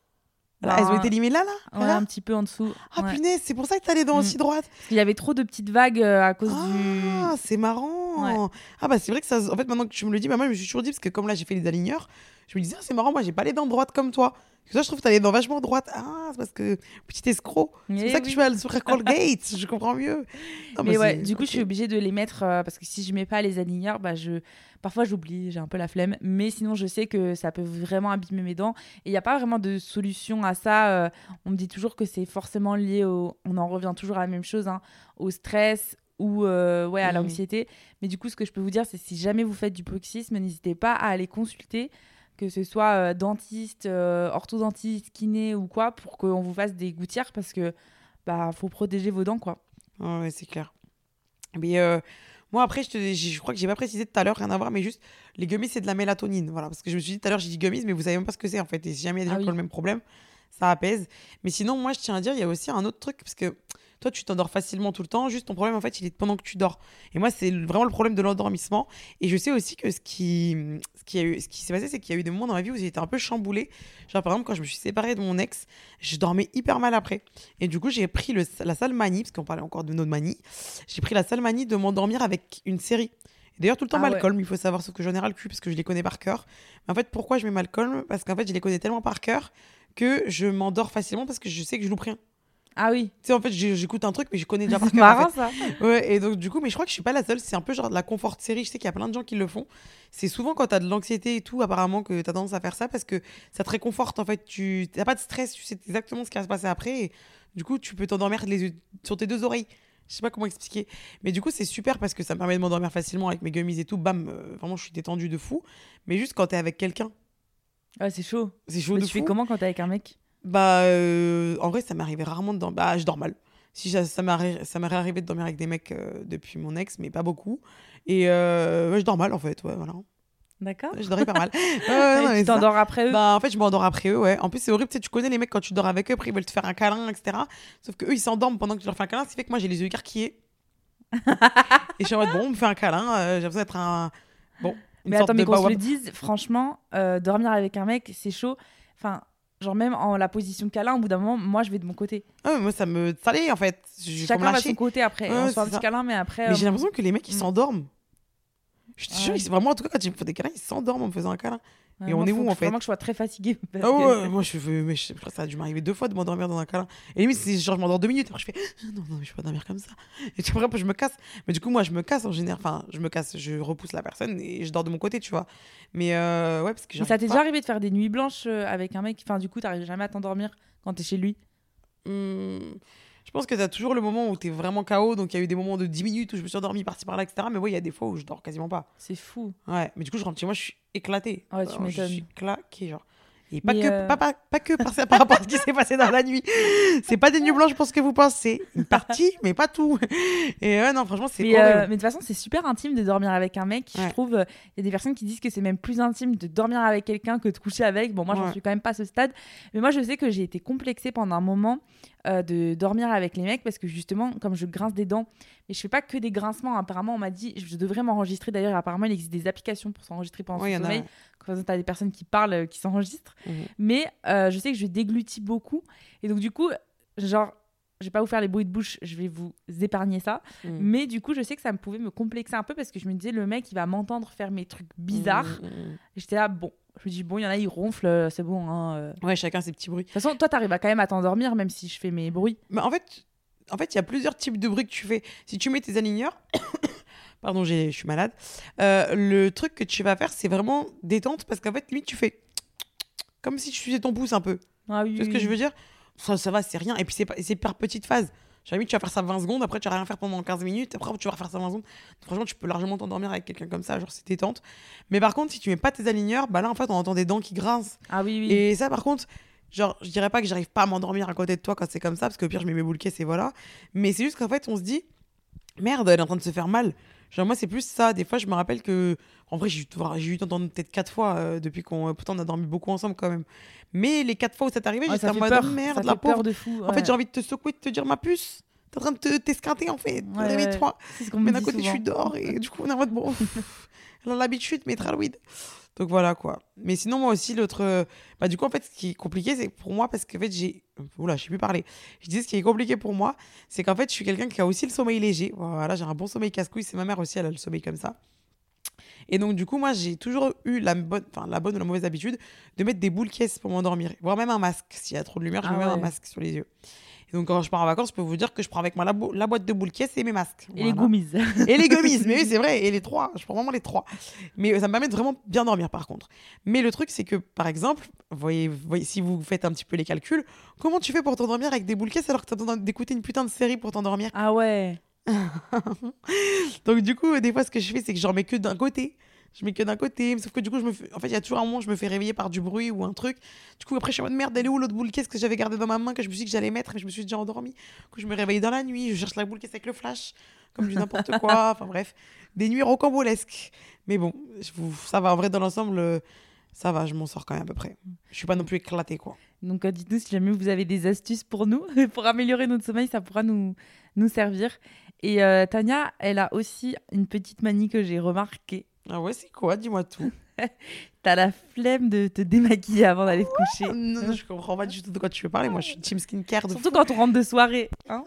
Là, elles ont été limées là Ouais, là un petit peu en dessous. Ah Ouais. punaise, c'est pour ça que t'as les dents aussi droites. Il y avait trop de petites vagues à cause Ah, c'est marrant. Ouais. Ah bah c'est vrai que ça. En fait, maintenant que tu me le dis, moi je me suis toujours dit parce que comme là j'ai fait les aligneurs, je me disais c'est marrant, moi j'ai pas les dents droites comme toi. Parce que toi je trouve que t'as les dents vachement droites. Ah, c'est parce que petit escroc. C'est pour Eh ça que oui. tu vas sur Colgate. Je comprends mieux. Non, Mais bah, ouais, c'est- du coup, ok. je suis obligée de les mettre parce que si je mets pas les aligneurs, parfois j'oublie, j'ai un peu la flemme. Mais sinon, je sais que ça peut vraiment abîmer mes dents. Et il n'y a pas vraiment de solution à ça. On me dit toujours que c'est forcément lié on en revient toujours à la même chose, hein, au stress ou à l'anxiété. Mais du coup, ce que je peux vous dire, c'est si jamais vous faites du bruxisme, n'hésitez pas à aller consulter, que ce soit dentiste, orthodontiste, kiné ou quoi, pour qu'on vous fasse des gouttières parce que faut protéger vos dents, quoi. Ouais, c'est clair. Mais moi, après, je crois que j'ai pas précisé tout à l'heure, rien à voir, mais juste, les gummies, c'est de la mélatonine. Voilà, parce que je me suis dit tout à l'heure, j'ai dit gummies, mais vous savez même pas ce que c'est en fait. Et si jamais il y a des gens qui ont le même problème, ça apaise. Mais sinon, moi, je tiens à dire, il y a aussi un autre truc, parce que toi, tu t'endors facilement tout le temps. Juste ton problème, en fait, il est pendant que tu dors. Et moi, c'est vraiment le problème de l'endormissement. Et je sais aussi que ce qui s'est passé, c'est qu'il y a eu des moments dans ma vie où j'ai été un peu chamboulée. Genre, par exemple, quand je me suis séparée de mon ex, je dormais hyper mal après. Et du coup, j'ai pris la sale manie, parce qu'on parlait encore de notre manie. J'ai pris la sale manie de m'endormir avec une série. Et d'ailleurs, tout le temps Malcolm, il faut savoir ce que j'en ai ras le cul, parce que je les connais par cœur. Mais en fait, pourquoi je mets Malcolm ? Parce qu'en fait, je les connais tellement par cœur que je m'endors facilement parce que je sais que je loupe rien. Ah oui. Tu sais, en fait, j'écoute un truc, mais je connais déjà par C'est cœur. marrant, En fait. ça. Ouais, et donc, du coup, mais je crois que je suis pas la seule. C'est un peu genre de la confort série. Je sais qu'il y a plein de gens qui le font. C'est souvent quand t'as de l'anxiété et tout, apparemment, que t'as tendance à faire ça parce que ça te réconforte. En fait, tu t'as pas de stress, tu sais exactement ce qui va se passer après. Et du coup, tu peux t'endormir les yeux sur tes deux oreilles. Je sais pas comment expliquer. Mais du coup, c'est super parce que ça me permet de m'endormir facilement avec mes gummies et tout. Bam, vraiment, je suis détendue de fou. Mais juste quand t'es avec quelqu'un, Ouais, c'est chaud. c'est chaud Mais de tu fais fou. comment quand t'es avec un mec ? En vrai, ça m'est arrivé rarement de dormir. Bah, je dors mal. Si ça m'est arrivé de dormir avec des mecs depuis mon ex, mais pas beaucoup. Et ouais, je dors mal en fait. Ouais, voilà. D'accord. Je dors hyper mal. Et Non, mais tu ça- t'endors après eux ? Bah, en fait, je m'endors après eux, ouais. En plus, c'est horrible, tu sais, tu connais les mecs quand tu dors avec eux, après ils veulent te faire un câlin, etc. Sauf que eux, ils s'endorment pendant que tu leur fais un câlin, ce qui fait que moi, j'ai les yeux écarquillés. Et je suis en mode, bon, on me fait un câlin, j'ai l'impression d'être un. Bon, une Mais sorte attends, mais de qu'on se baobab. le dise, franchement, dormir avec un mec, c'est chaud. Enfin, genre même en la position câlin, au bout d'un moment, moi, je vais de mon côté. Ouais, mais moi, ça me. Ça l'est, en fait. Chacun va de son côté après. Ouais, On se fait un c'est petit ça. câlin, mais après... Mais j'ai l'impression que les mecs, ils s'endorment. Je te jure, Ouais. vraiment, en tout cas, quand ils me font des câlins, ils s'endorment en me faisant un câlin. Et on est où, en fait ? Vraiment que je sois très fatiguée. parce Ah que- ouais, moi je fais, mais je crois que ça a dû m'arriver 2 fois de m'endormir dans un câlin. Et limite, c'est genre je m'endors 2 minutes, après je fais non, mais je peux pas dormir comme ça. Et puis après, je me casse. Mais du coup, moi je me casse en général. Enfin, je me casse, je repousse la personne et je dors de mon côté, tu vois. Mais ouais, parce que Mais ça t'est j'arrive déjà pas. arrivé de faire des nuits blanches avec un mec ? Enfin, du coup, t'arrives jamais à t'endormir quand t'es chez lui ? Je pense que t'as toujours le moment où t'es vraiment KO. Donc il y a eu des moments de 10 minutes où je me suis endormie par-ci par-là, etc. Mais ouais, il y a des fois où je dors quasiment pas. C'est fou. Ouais, mais du coup, je rentre chez moi, je suis éclatée. Ouais, tu Alors, je m'étonnes. suis claquée, genre. Et pas Mais, que, pas que par rapport à ce qui s'est passé dans la nuit. C'est pas des nuits blanches pour ce que vous pensez. Une partie, mais pas tout. Et ouais, non, franchement, c'est Mais horrible. de toute façon, c'est super intime de dormir avec un mec. Ouais. Je trouve, il y a des personnes qui disent que c'est même plus intime de dormir avec quelqu'un que de coucher avec. Bon, moi, j'en Ouais. suis quand même pas à ce stade. Mais moi, je sais que j'ai été complexée pendant un moment de dormir avec les mecs parce que justement, comme je grince des dents, mais je fais pas que des grincements. Apparemment, on m'a dit, je devrais m'enregistrer. D'ailleurs, apparemment, il existe des applications pour s'enregistrer pendant Ouais, y son en a, sommeil. ouais. Quand t'as des personnes qui parlent, qui s'enregistrent. Mhm. Mais je sais que je déglutis beaucoup. Et donc, du coup, genre, je vais pas vous faire les bruits de bouche, je vais vous épargner ça. Mhm. Mais du coup, je sais que ça me pouvait me complexer un peu parce que je me disais, le mec, il va m'entendre faire mes trucs bizarres. Et j'étais là, bon. Je me dis, bon, il y en a, ils ronflent, c'est bon. Hein. Ouais, chacun ses petits bruits. De toute façon, toi, t'arrives à quand même à t'endormir, même si je fais mes bruits. Mais en fait, il y a plusieurs types de bruits que tu fais. Si tu mets tes aligneurs, pardon, je suis malade. Le truc que tu vas faire, c'est vraiment détente parce qu'en fait, limite, tu fais comme si tu faisais ton pouce un peu. Ah oui, Tu vois ce que je veux dire ? Ça va, c'est rien. Et puis, c'est par petite phase. Genre, limite, tu vas faire ça 20 secondes, après, tu vas rien faire pendant 15 minutes, après, tu vas refaire ça 20 secondes. Franchement, tu peux largement t'endormir avec quelqu'un comme ça, genre, c'est détente. Mais par contre, si tu mets pas tes aligneurs, bah là, en fait, on entend des dents qui grincent. Ah oui, oui. Et ça, par contre, genre, je dirais pas que j'arrive pas à m'endormir à côté de toi quand c'est comme ça, parce que au pire, je mets mes boules caisses et voilà. Mais c'est juste qu'en fait, on se dit, merde, elle est en train de se faire mal. Genre, moi, c'est plus ça. Des fois, je me rappelle que, en vrai, j'ai eu d'entendre peut-être 4 fois depuis qu'on. Pourtant, on a dormi beaucoup ensemble quand même. Mais les 4 fois où ça t'est arrivé, Ouais, j'étais ça en fait mode peur. oh, merde, Ça la fait peur pauvre. de fou. En fait, j'ai envie de te secouer, de te dire ma puce. t'es en train de t'esquinter en fait. Ouais, Réveille-toi. C'est ce qu'on me Mais d'un dit côté, souvent. tu dors et du coup, on est en mode bon, elle a l'habitude, mais très weed. Donc voilà quoi. Mais sinon, moi aussi, l'autre. Bah, du coup, en fait, ce qui est compliqué, c'est pour moi, parce qu'en fait, j'ai. Oula, je sais plus parler. Je dis ce qui est compliqué pour moi, c'est qu'en fait, je suis quelqu'un qui a aussi le sommeil léger. Voilà, j'ai un bon sommeil casse-couille. C'est ma mère aussi, elle a le sommeil comme ça. Et donc, du coup, moi, j'ai toujours eu la bonne ou la mauvaise habitude de mettre des boules caisses pour m'endormir, voire même un masque. S'il y a trop de lumière, je Ah me mets un ouais. masque sur les yeux. Et donc, quand je pars en vacances, je peux vous dire que je prends avec moi la boîte de boules caisses et mes masques. Et les Voilà. gummies. Et les gummies, mais oui, c'est vrai. Et les 3, je prends vraiment les 3. Mais ça me permet de vraiment bien dormir, par contre. Mais le truc, c'est que, par exemple, voyez, si vous faites un petit peu les calculs, comment tu fais pour t'endormir avec des boules caisses alors que t'as besoin d'écouter une putain de série pour t'endormir? Ah ouais. Donc, du coup, des fois, ce que je fais, c'est que j'en mets que d'un côté. Je mets que d'un côté, sauf que du coup, en fait, il y a toujours un moment où je me fais réveiller par du bruit ou un truc. Du coup, après, je suis en mode merde, elle est où l'autre boule caisse que j'avais gardée dans ma main, que je me suis dit que j'allais mettre, mais je me suis déjà endormie. Du coup, je me réveille dans la nuit, je cherche la boule caisse avec le flash, comme du n'importe quoi. Enfin bref, des nuits rocambolesques. Mais bon, ça va, en vrai, dans l'ensemble, ça va, je m'en sors quand même à peu près. Je suis pas non plus éclatée, quoi. Donc dites-nous si jamais vous avez des astuces pour nous, pour améliorer notre sommeil, ça pourra nous servir. Et Tania, elle a aussi une petite manie que j'ai remarquée. Ah ouais, c'est quoi? Dis-moi tout. T'as la flemme de te démaquiller avant d'aller te coucher. Non, je comprends pas du tout de quoi tu veux parler. Moi, je suis team skincare de Surtout fou. quand on rentre de soirée. Hein.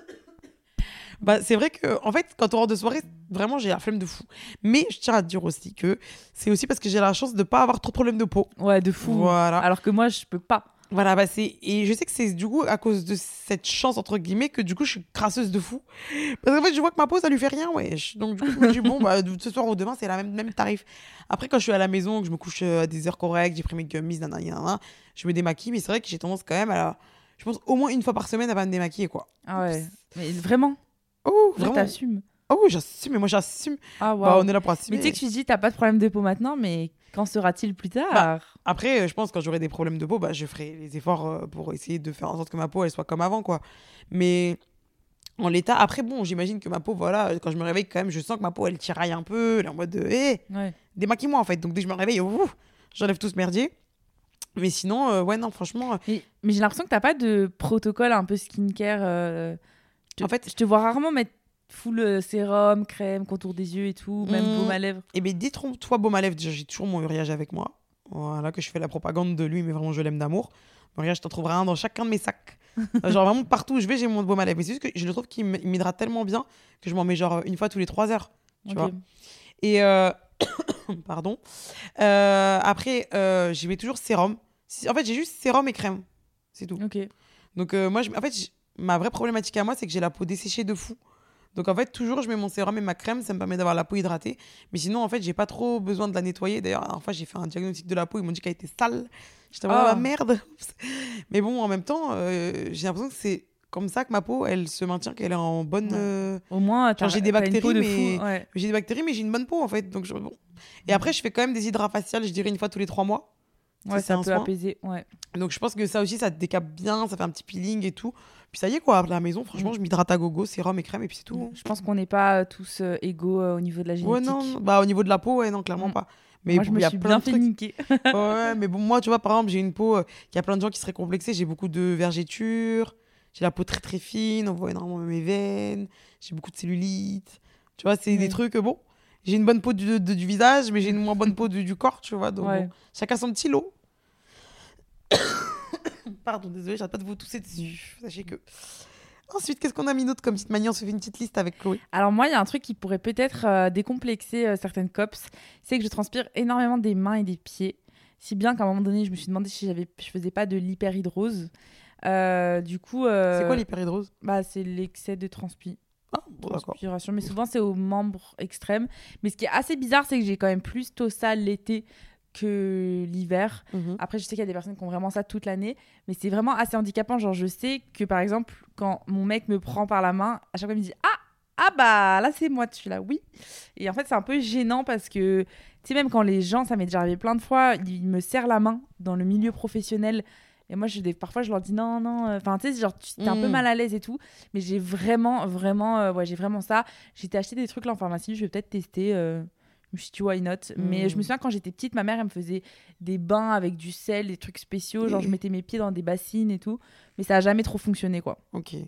Bah, c'est vrai que, en fait, quand on rentre de soirée, vraiment, j'ai la flemme de fou. Mais je tiens à te dire aussi que c'est aussi parce que j'ai la chance de pas avoir trop de problèmes de peau. Ouais, de fou. Voilà. Alors que moi, je peux pas. Voilà, bah et je sais que c'est du coup à cause de cette chance, entre guillemets, que du coup, je suis crasseuse de fou. Parce qu'en fait, je vois que ma peau, ça lui fait rien, ouais. Donc, du coup, je me dis, bon, bah, ce soir ou demain, c'est la même tarif. Après, quand je suis à la maison, que je me couche à des heures correctes, j'ai pris mes gummies, nanana, je me démaquille. Mais c'est vrai que j'ai tendance quand même je pense au moins une fois par semaine à pas me démaquiller, quoi. Ah ouais. Mais vraiment, Oh, là, vraiment. t'assumes. Oh, j'assume, mais moi, j'assume. Ah Bah, waouh. on est là pour assumer. Mais tu sais que tu dis, t'as pas de problème de peau maintenant, mais quand sera-t-il plus tard? Bah, Après, je pense que quand j'aurai des problèmes de peau, bah, je ferai les efforts pour essayer de faire en sorte que ma peau elle soit comme avant, quoi. Mais en l'état, après, bon, j'imagine que ma peau, voilà, quand je me réveille, quand même, je sens que ma peau elle tiraille un peu, elle est en mode hé, Ouais. démaquille-moi en fait. Donc dès que je me réveille, ouf, j'enlève tout ce merdier. Mais sinon, ouais, non, franchement, Mais j'ai l'impression que t'as pas de protocole un peu skincare. en fait, Je te vois rarement mettre full sérum, crème, contour des yeux et tout, même baume à lèvres. eh bien, détrompe-toi, baume à lèvres, déjà, j'ai toujours mon Uriage avec moi. Voilà, que je fais la propagande de lui, mais vraiment, je l'aime d'amour. Mon Uriage, je t'en trouverai un dans chacun de mes sacs. Genre, vraiment, partout où je vais, j'ai mon baume à lèvres. Mais c'est juste que je le trouve qu'il m'hydrate tellement bien que je m'en mets genre une fois tous les 3 heures. Tu Ok. vois. Et pardon. Après, j'y mets toujours sérum. En fait, j'ai juste sérum et crème. C'est tout. Ok. Donc, moi, en fait, ma vraie problématique à moi, c'est que j'ai la peau desséchée de fou. Donc, en fait, toujours, je mets mon sérum et ma crème. Ça me permet d'avoir la peau hydratée. Mais sinon, en fait, j'ai pas trop besoin de la nettoyer. D'ailleurs, la dernière fois, j'ai fait un diagnostic de la peau. Ils m'ont dit qu'elle était sale. J'étais vraiment, Ah. merde. Mais bon, en même temps, j'ai l'impression que c'est comme ça que ma peau, elle se maintient, qu'elle est en bonne. Au moins, t'as Genre, j'ai des t'as une peau bactéries, de mais fou. Ouais. j'ai des bactéries, mais j'ai une bonne peau, en fait. Donc, bon. Et après, je fais quand même des hydras faciales, je dirais une fois tous les 3 mois. Ouais, c'est ça un peut soin. apaiser. Ouais. Donc, je pense que ça aussi, ça te décape bien, ça fait un petit peeling et tout. Puis ça y est, quoi, à la maison, franchement, je m'hydrate à gogo, sérum et crème, et puis c'est tout. Je pense qu'on n'est pas tous égaux au niveau de la génétique. Ouais, non, bah, au niveau de la peau, ouais, non, clairement Mm. pas. Mais Moi, bon, je me il y a suis plein bien de fait trucs. niquer. Ouais, mais bon, moi, tu vois, par exemple, j'ai une peau qui a plein de gens qui seraient complexés. J'ai beaucoup de vergetures, j'ai la peau très très fine, on voit énormément mes veines, j'ai beaucoup de cellulite. Tu vois, c'est des trucs, bon, j'ai une bonne peau du visage, mais j'ai une moins bonne peau du corps, tu vois. Donc, Ouais. bon, chacun son petit lot. Pardon, désolé, j'arrête pas de vous tousser dessus. Sachez que. Ensuite, qu'est-ce qu'on a mis d'autre comme petite manie? On se fait une petite liste avec Chloé. Alors moi, il y a un truc qui pourrait peut-être décomplexer certaines cops, c'est que je transpire énormément des mains et des pieds. Si bien qu'à un moment donné, je me suis demandé si je faisais pas de l'hyperhidrose. Du coup... C'est quoi l'hyperhidrose? Bah, c'est l'excès de Ah, bon, d'accord. transpiration, mais souvent c'est aux membres extrêmes. Mais ce qui est assez bizarre, c'est que j'ai quand même plus tôt ça l'été que l'hiver. Mhm. Après, je sais qu'il y a des personnes qui ont vraiment ça toute l'année, mais c'est vraiment assez handicapant. Genre, je sais que par exemple, quand mon mec me prend par la main, à chaque fois il me dit ah bah là c'est moi, je suis là oui. Et en fait, c'est un peu gênant parce que tu sais, même quand les gens, ça m'est déjà arrivé plein de fois, ils me serrent la main dans le milieu professionnel. Et moi, parfois, je leur dis non. Enfin, tu sais, genre, t'es un peu mal à l'aise et tout. Mais j'ai vraiment, j'ai vraiment ça. J'ai été acheter des trucs là en pharmacie. Je vais peut-être tester. Je me suis dit, why not? Mais je me souviens, quand j'étais petite, ma mère, elle me faisait des bains avec du sel, des trucs spéciaux. Genre, je mettais mes pieds dans des bassines et tout. Mais ça a jamais trop fonctionné, quoi. Ok.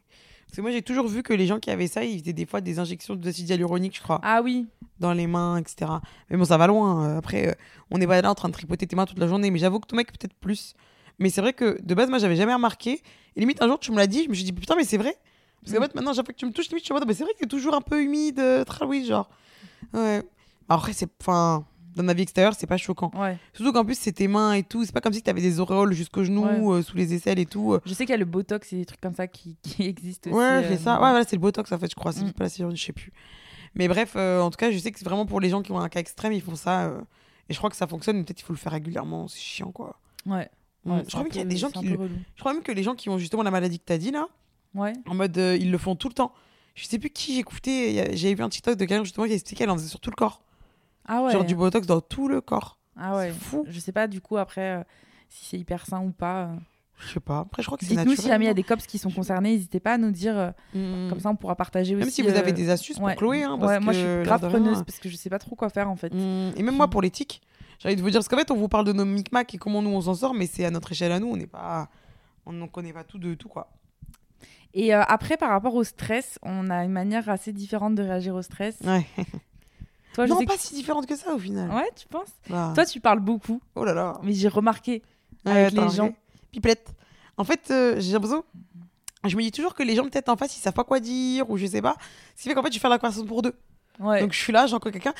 Parce que moi, j'ai toujours vu que les gens qui avaient ça, ils faisaient des fois des injections d'acide hyaluronique, je crois, Ah oui. dans les mains, etc. Mais bon, ça va loin. Après, on n'est pas là en train de tripoter tes mains toute la journée. Mais j'avoue que ton mec, peut-être plus. Mais c'est vrai que de base, moi, j'avais jamais remarqué. Et limite, un jour, tu me l'as dit, je me suis dit, putain, mais c'est vrai. Parce qu'en fait, maintenant, chaque fois que tu me touches, limite, je suis en mode, bah, c'est vrai que c'est toujours un peu humide, oui, genre. Ouais. Après, dans ma vie extérieure, c'est pas choquant. Ouais. Surtout qu'en plus, c'est tes mains et tout. C'est pas comme si t'avais des auréoles jusqu'aux genoux, sous les aisselles et tout. Je sais qu'il y a le botox et des trucs comme ça qui existent aussi. Ouais, c'est ça. Ouais, voilà, c'est le botox en fait, je crois. C'est pas la chirurgie, je sais plus. Mais bref, en tout cas, je sais que c'est vraiment pour les gens qui ont un cas extrême, ils font ça. Et je crois que ça fonctionne, mais peut-être qu'il faut le faire régulièrement. C'est chiant, quoi. Ouais. Je crois même qu'il y a des gens qui. Je crois même que les gens qui ont justement la maladie que t'as dit là, en mode ils le font tout le temps. Je sais plus qui j'écoutais. J'avais vu un TikTok de quelqu'un justement qui expliquait qu'elle en faisait sur tout le corps. Ah ouais. Genre du botox dans tout le corps. Ah ouais. C'est fou. Je sais pas du coup après si c'est hyper sain ou pas. Je sais pas. Après, je crois que c'est Dites-nous naturel. si jamais il y a des cops qui sont concernés, n'hésitez pas à nous dire. Comme ça, on pourra partager aussi. Même si vous avez des astuces pour Chloé. Hein, parce moi, je que, suis grave l'air de rien, preneuse parce que je sais pas trop quoi faire en fait. Et même moi, pour les tics, j'ai envie de vous dire, parce qu'en fait, on vous parle de nos micmacs et comment nous on s'en sort, mais c'est à notre échelle à nous. On ne connaît pas tout de tout, quoi. Et après, par rapport au stress, on a une manière assez différente de réagir au stress. Ouais. Toi, non, pas si différente que ça au final. Ouais, tu penses Bah. Toi, tu parles beaucoup. Oh là là. Mais j'ai remarqué avec les gens. Pipelette. En fait, j'ai l'impression. Je me dis toujours que les gens, peut-être en face, ils savent pas quoi dire ou je sais pas. Ce qui fait qu'en fait, je vais faire la conversation pour deux. Ouais. Donc je suis là, j'entends quelqu'un.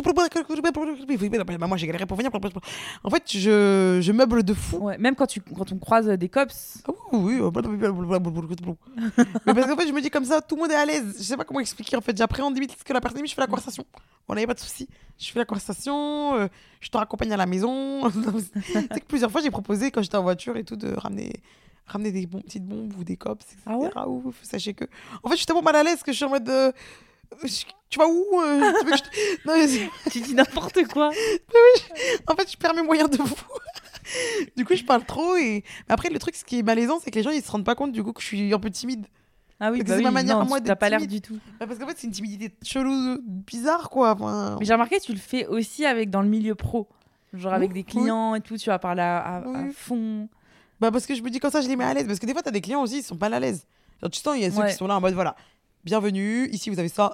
Moi j'ai galéré pour venir. En fait, je meuble de fou. Ouais. Même quand on croise des cops. Ah oui. Mais parce qu'en fait, je me dis comme ça, tout le monde est à l'aise. Je sais pas comment expliquer. En fait, j'appréhende limite ce que la personne dit, mais je fais la conversation. Voilà, y a pas de souci. Je fais la conversation. Je te raccompagne à la maison. Tu sais que plusieurs fois, j'ai proposé quand j'étais en voiture et tout de ramener des petites bombes ou des cops, etc. Ah ouais Sachez que. En fait, je suis tellement mal à l'aise que je suis en mode. Tu vas où tu veux que non, mais Tu dis n'importe quoi. En fait, je perds mes moyens de fou. Du coup, je parle trop. Mais après, le truc, ce qui est malaisant, c'est que les gens, ils se rendent pas compte du coup que je suis un peu timide. Ah oui, c'est ma manière à moi t'as d'être pas l'air timide. du tout. Parce qu'en fait, c'est une timidité chelou, bizarre, quoi. Enfin... Mais j'ai remarqué, tu le fais aussi dans le milieu pro. Genre avec des clients et tout, tu vas parler à fond. Bah, parce que je me dis comme ça, je les mets à l'aise. Parce que des fois, t'as des clients aussi, ils sont pas à l'aise. Genre, tu sens, il y a ceux qui sont là en mode voilà. Bienvenue, ici vous avez ça,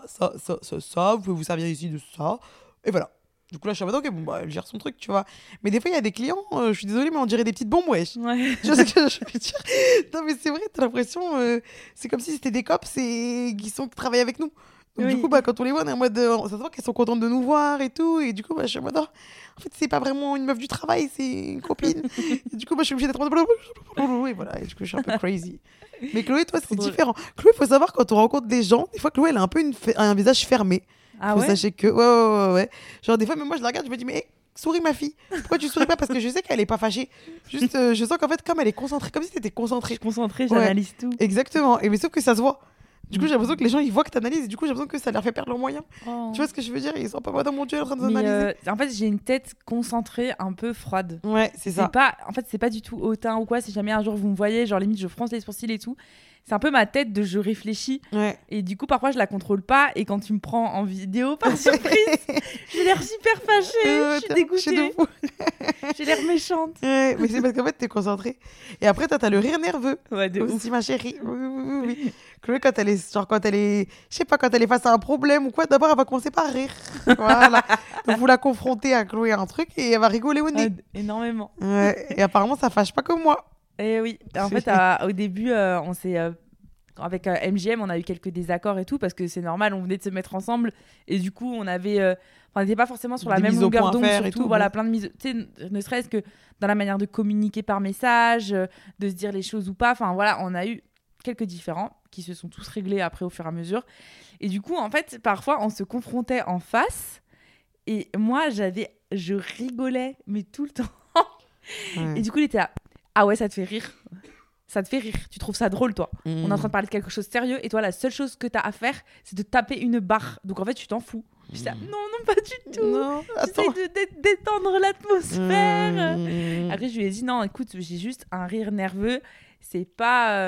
vous pouvez vous servir ici de ça, et voilà. Du coup là je suis en mode ok, bon bah elle gère son truc, tu vois. Mais des fois il y a des clients, je suis désolée mais on dirait des petites bombes, wesh. Ouais. Tu vois ce que je veux dire? Non mais c'est vrai, t'as l'impression, c'est comme si c'était des cops qui travaillent avec nous. Donc du coup bah quand on les voit on est en mode, ça se voit qu'elles sont contentes de nous voir et tout, et du coup bah je suis en mode en fait c'est pas vraiment une meuf du travail, c'est une copine. Et du coup bah je suis obligée d'être en mode et voilà, et du coup je suis un peu crazy. Mais Chloé, toi, c'est différent. Chloé, il faut savoir, quand on rencontre des gens, des fois, Chloé, elle a un peu un visage fermé. Ah faut ouais sachez que... Ouais. Genre, des fois, même moi, je la regarde, je me dis, mais souris, ma fille. Pourquoi tu souris pas? Parce que je sais qu'elle est pas fâchée. Juste, je sens qu'en fait, comme elle est concentrée, comme si t'étais concentrée. Je suis concentrée, j'analyse tout. Exactement. Et mais sauf que ça se voit. Du coup, j'ai l'impression que les gens, ils voient que t'analyses. Et du coup, j'ai l'impression que ça leur fait perdre leurs moyens. Oh. Tu vois ce que je veux dire? Ils sont pas en mode, oh mon Dieu, en train de s'analyser. En fait, j'ai une tête concentrée, un peu froide. Ouais, c'est ça. En fait, c'est pas du tout hautain ou quoi. Si jamais un jour vous me voyez, genre limite, je fronce les sourcils et tout. C'est un peu ma tête de je réfléchis. Ouais. Et du coup, parfois, je la contrôle pas. Et quand tu me prends en vidéo, par surprise, j'ai l'air super fâchée. Je suis dégoûtée. J'ai l'air méchante. Ouais, mais c'est parce qu'en fait, t'es concentrée. Et après, toi, t'as le rire nerveux. Ouais, de aussi, ma chérie. Oui. Chloé, quand elle est, je sais pas, quand elle est face à un problème ou quoi, d'abord, elle va commencer par rire. Voilà. Donc, vous la confrontez à Chloé à un truc et elle va rigoler au nez. Énormément. Ouais. Et apparemment, ça fâche pas comme moi. Et oui. En fait, au début, on s'est... avec MGM, on a eu quelques désaccords et tout, parce que c'est normal, on venait de se mettre ensemble. Et du coup, on n'était pas forcément sur la même longueur d'onde, surtout, voilà, plein de mises... Tu sais, ne serait-ce que dans la manière de communiquer par message, de se dire les choses ou pas. Enfin, voilà, on a eu quelques différends qui se sont tous réglés après au fur et à mesure. Et du coup, en fait, parfois, on se confrontait en face. Et moi, je rigolais, mais tout le temps. Ouais. Et du coup, il était là. Ah ouais, ça te fait rire. Ça te fait rire. Tu trouves ça drôle, toi. On est en train de parler de quelque chose de sérieux et toi, la seule chose que tu as à faire, c'est de taper une barre. Donc en fait, tu t'en fous. Je dis, non, pas du tout. J'essaie de détendre l'atmosphère. Après, je lui ai dit, non, écoute, j'ai juste un rire nerveux. C'est pas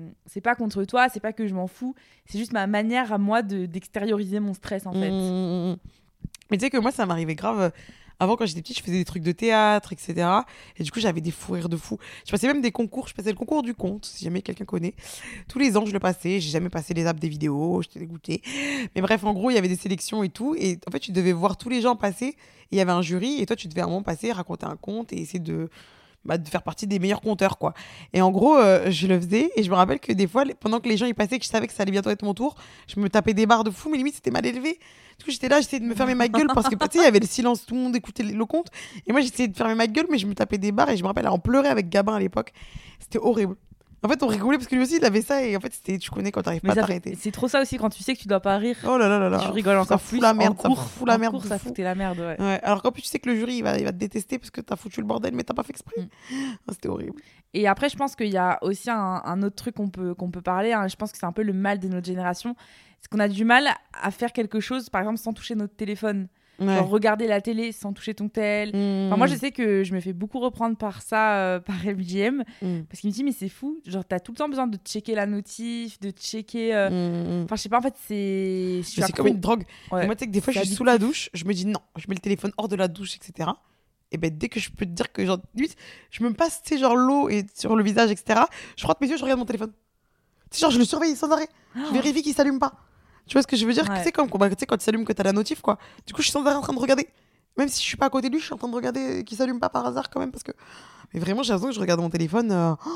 contre toi, c'est pas que je m'en fous. C'est juste ma manière à moi d'extérioriser mon stress, en fait. Mais tu sais que moi, ça m'arrivait grave Avant, quand j'étais petite, je faisais des trucs de théâtre, etc. Et du coup, j'avais des fous rires de fou. Je passais même des concours. Je passais le concours du conte, si jamais quelqu'un connaît. Tous les ans, je le passais. J'ai jamais passé les apps des vidéos. J'étais dégoûtée. Mais bref, en gros, il y avait des sélections et tout. Et en fait, tu devais voir tous les gens passer. Et il y avait un jury. Et toi, tu devais à un moment passer, raconter un conte et essayer de faire partie des meilleurs conteurs, quoi. Et en gros, je le faisais. Et je me rappelle que des fois, pendant que les gens y passaient, que je savais que ça allait bientôt être mon tour, je me tapais des barres de fou. Mais limite, c'était mal élevé. Du coup, j'étais là, j'essayais de me fermer ma gueule parce que, tu sais, il y avait le silence, tout le monde écoutait le conte. Et moi, j'essayais de fermer ma gueule, mais je me tapais des barres. Et je me rappelle, on pleurait avec Gabin à l'époque. C'était horrible. En fait, on rigolait parce que lui aussi, il avait ça. Et en fait, tu connais quand t'arrives pas à t'arrêter. C'est trop ça aussi quand tu sais que tu dois pas rire. Oh là là là là. Tu rigoles encore ça plus. Fout la merde, en cours, ça fout la merde. Ça foutait la merde, ouais. Ouais. Alors qu'en plus, tu sais que le jury, il va te détester parce que t'as foutu le bordel, mais t'as pas fait exprès. Oh, c'était horrible. Et après, je pense qu'il y a aussi un autre truc qu'on peut parler. Je pense que c'est un peu le mal de notre génération. C'est qu'on a du mal à faire quelque chose, par exemple, sans toucher notre téléphone. Ouais. Genre regarder la télé sans toucher ton tel. Enfin, moi, je sais que je me fais beaucoup reprendre par ça, par MJM. Parce qu'il me dit, mais c'est fou. Genre, t'as tout le temps besoin de checker la notif, de checker... Enfin, je sais pas, en fait, c'est... C'est comme une drogue. Ouais. Et moi, tu sais que des fois, je suis sous la douche, je me dis non, je mets le téléphone hors de la douche, etc. Et ben dès que je peux te dire que, genre, limite, je me passe, tu sais, genre l'eau et sur le visage, etc. Je frotte mes yeux, je regarde mon téléphone. Tu sais, genre, je le surveille sans arrêt. Je vérifie qu'il s'allume pas. Tu vois ce que je veux dire? Ouais. C'est comme tu sais, quand il s'allume, que t'as la notif, quoi. Du coup, je suis sans arrêt en train de regarder. Même si je suis pas à côté de lui, je suis en train de regarder qu'il s'allume pas par hasard, quand même. Parce que. Mais vraiment, j'ai l'impression que je regarde mon téléphone.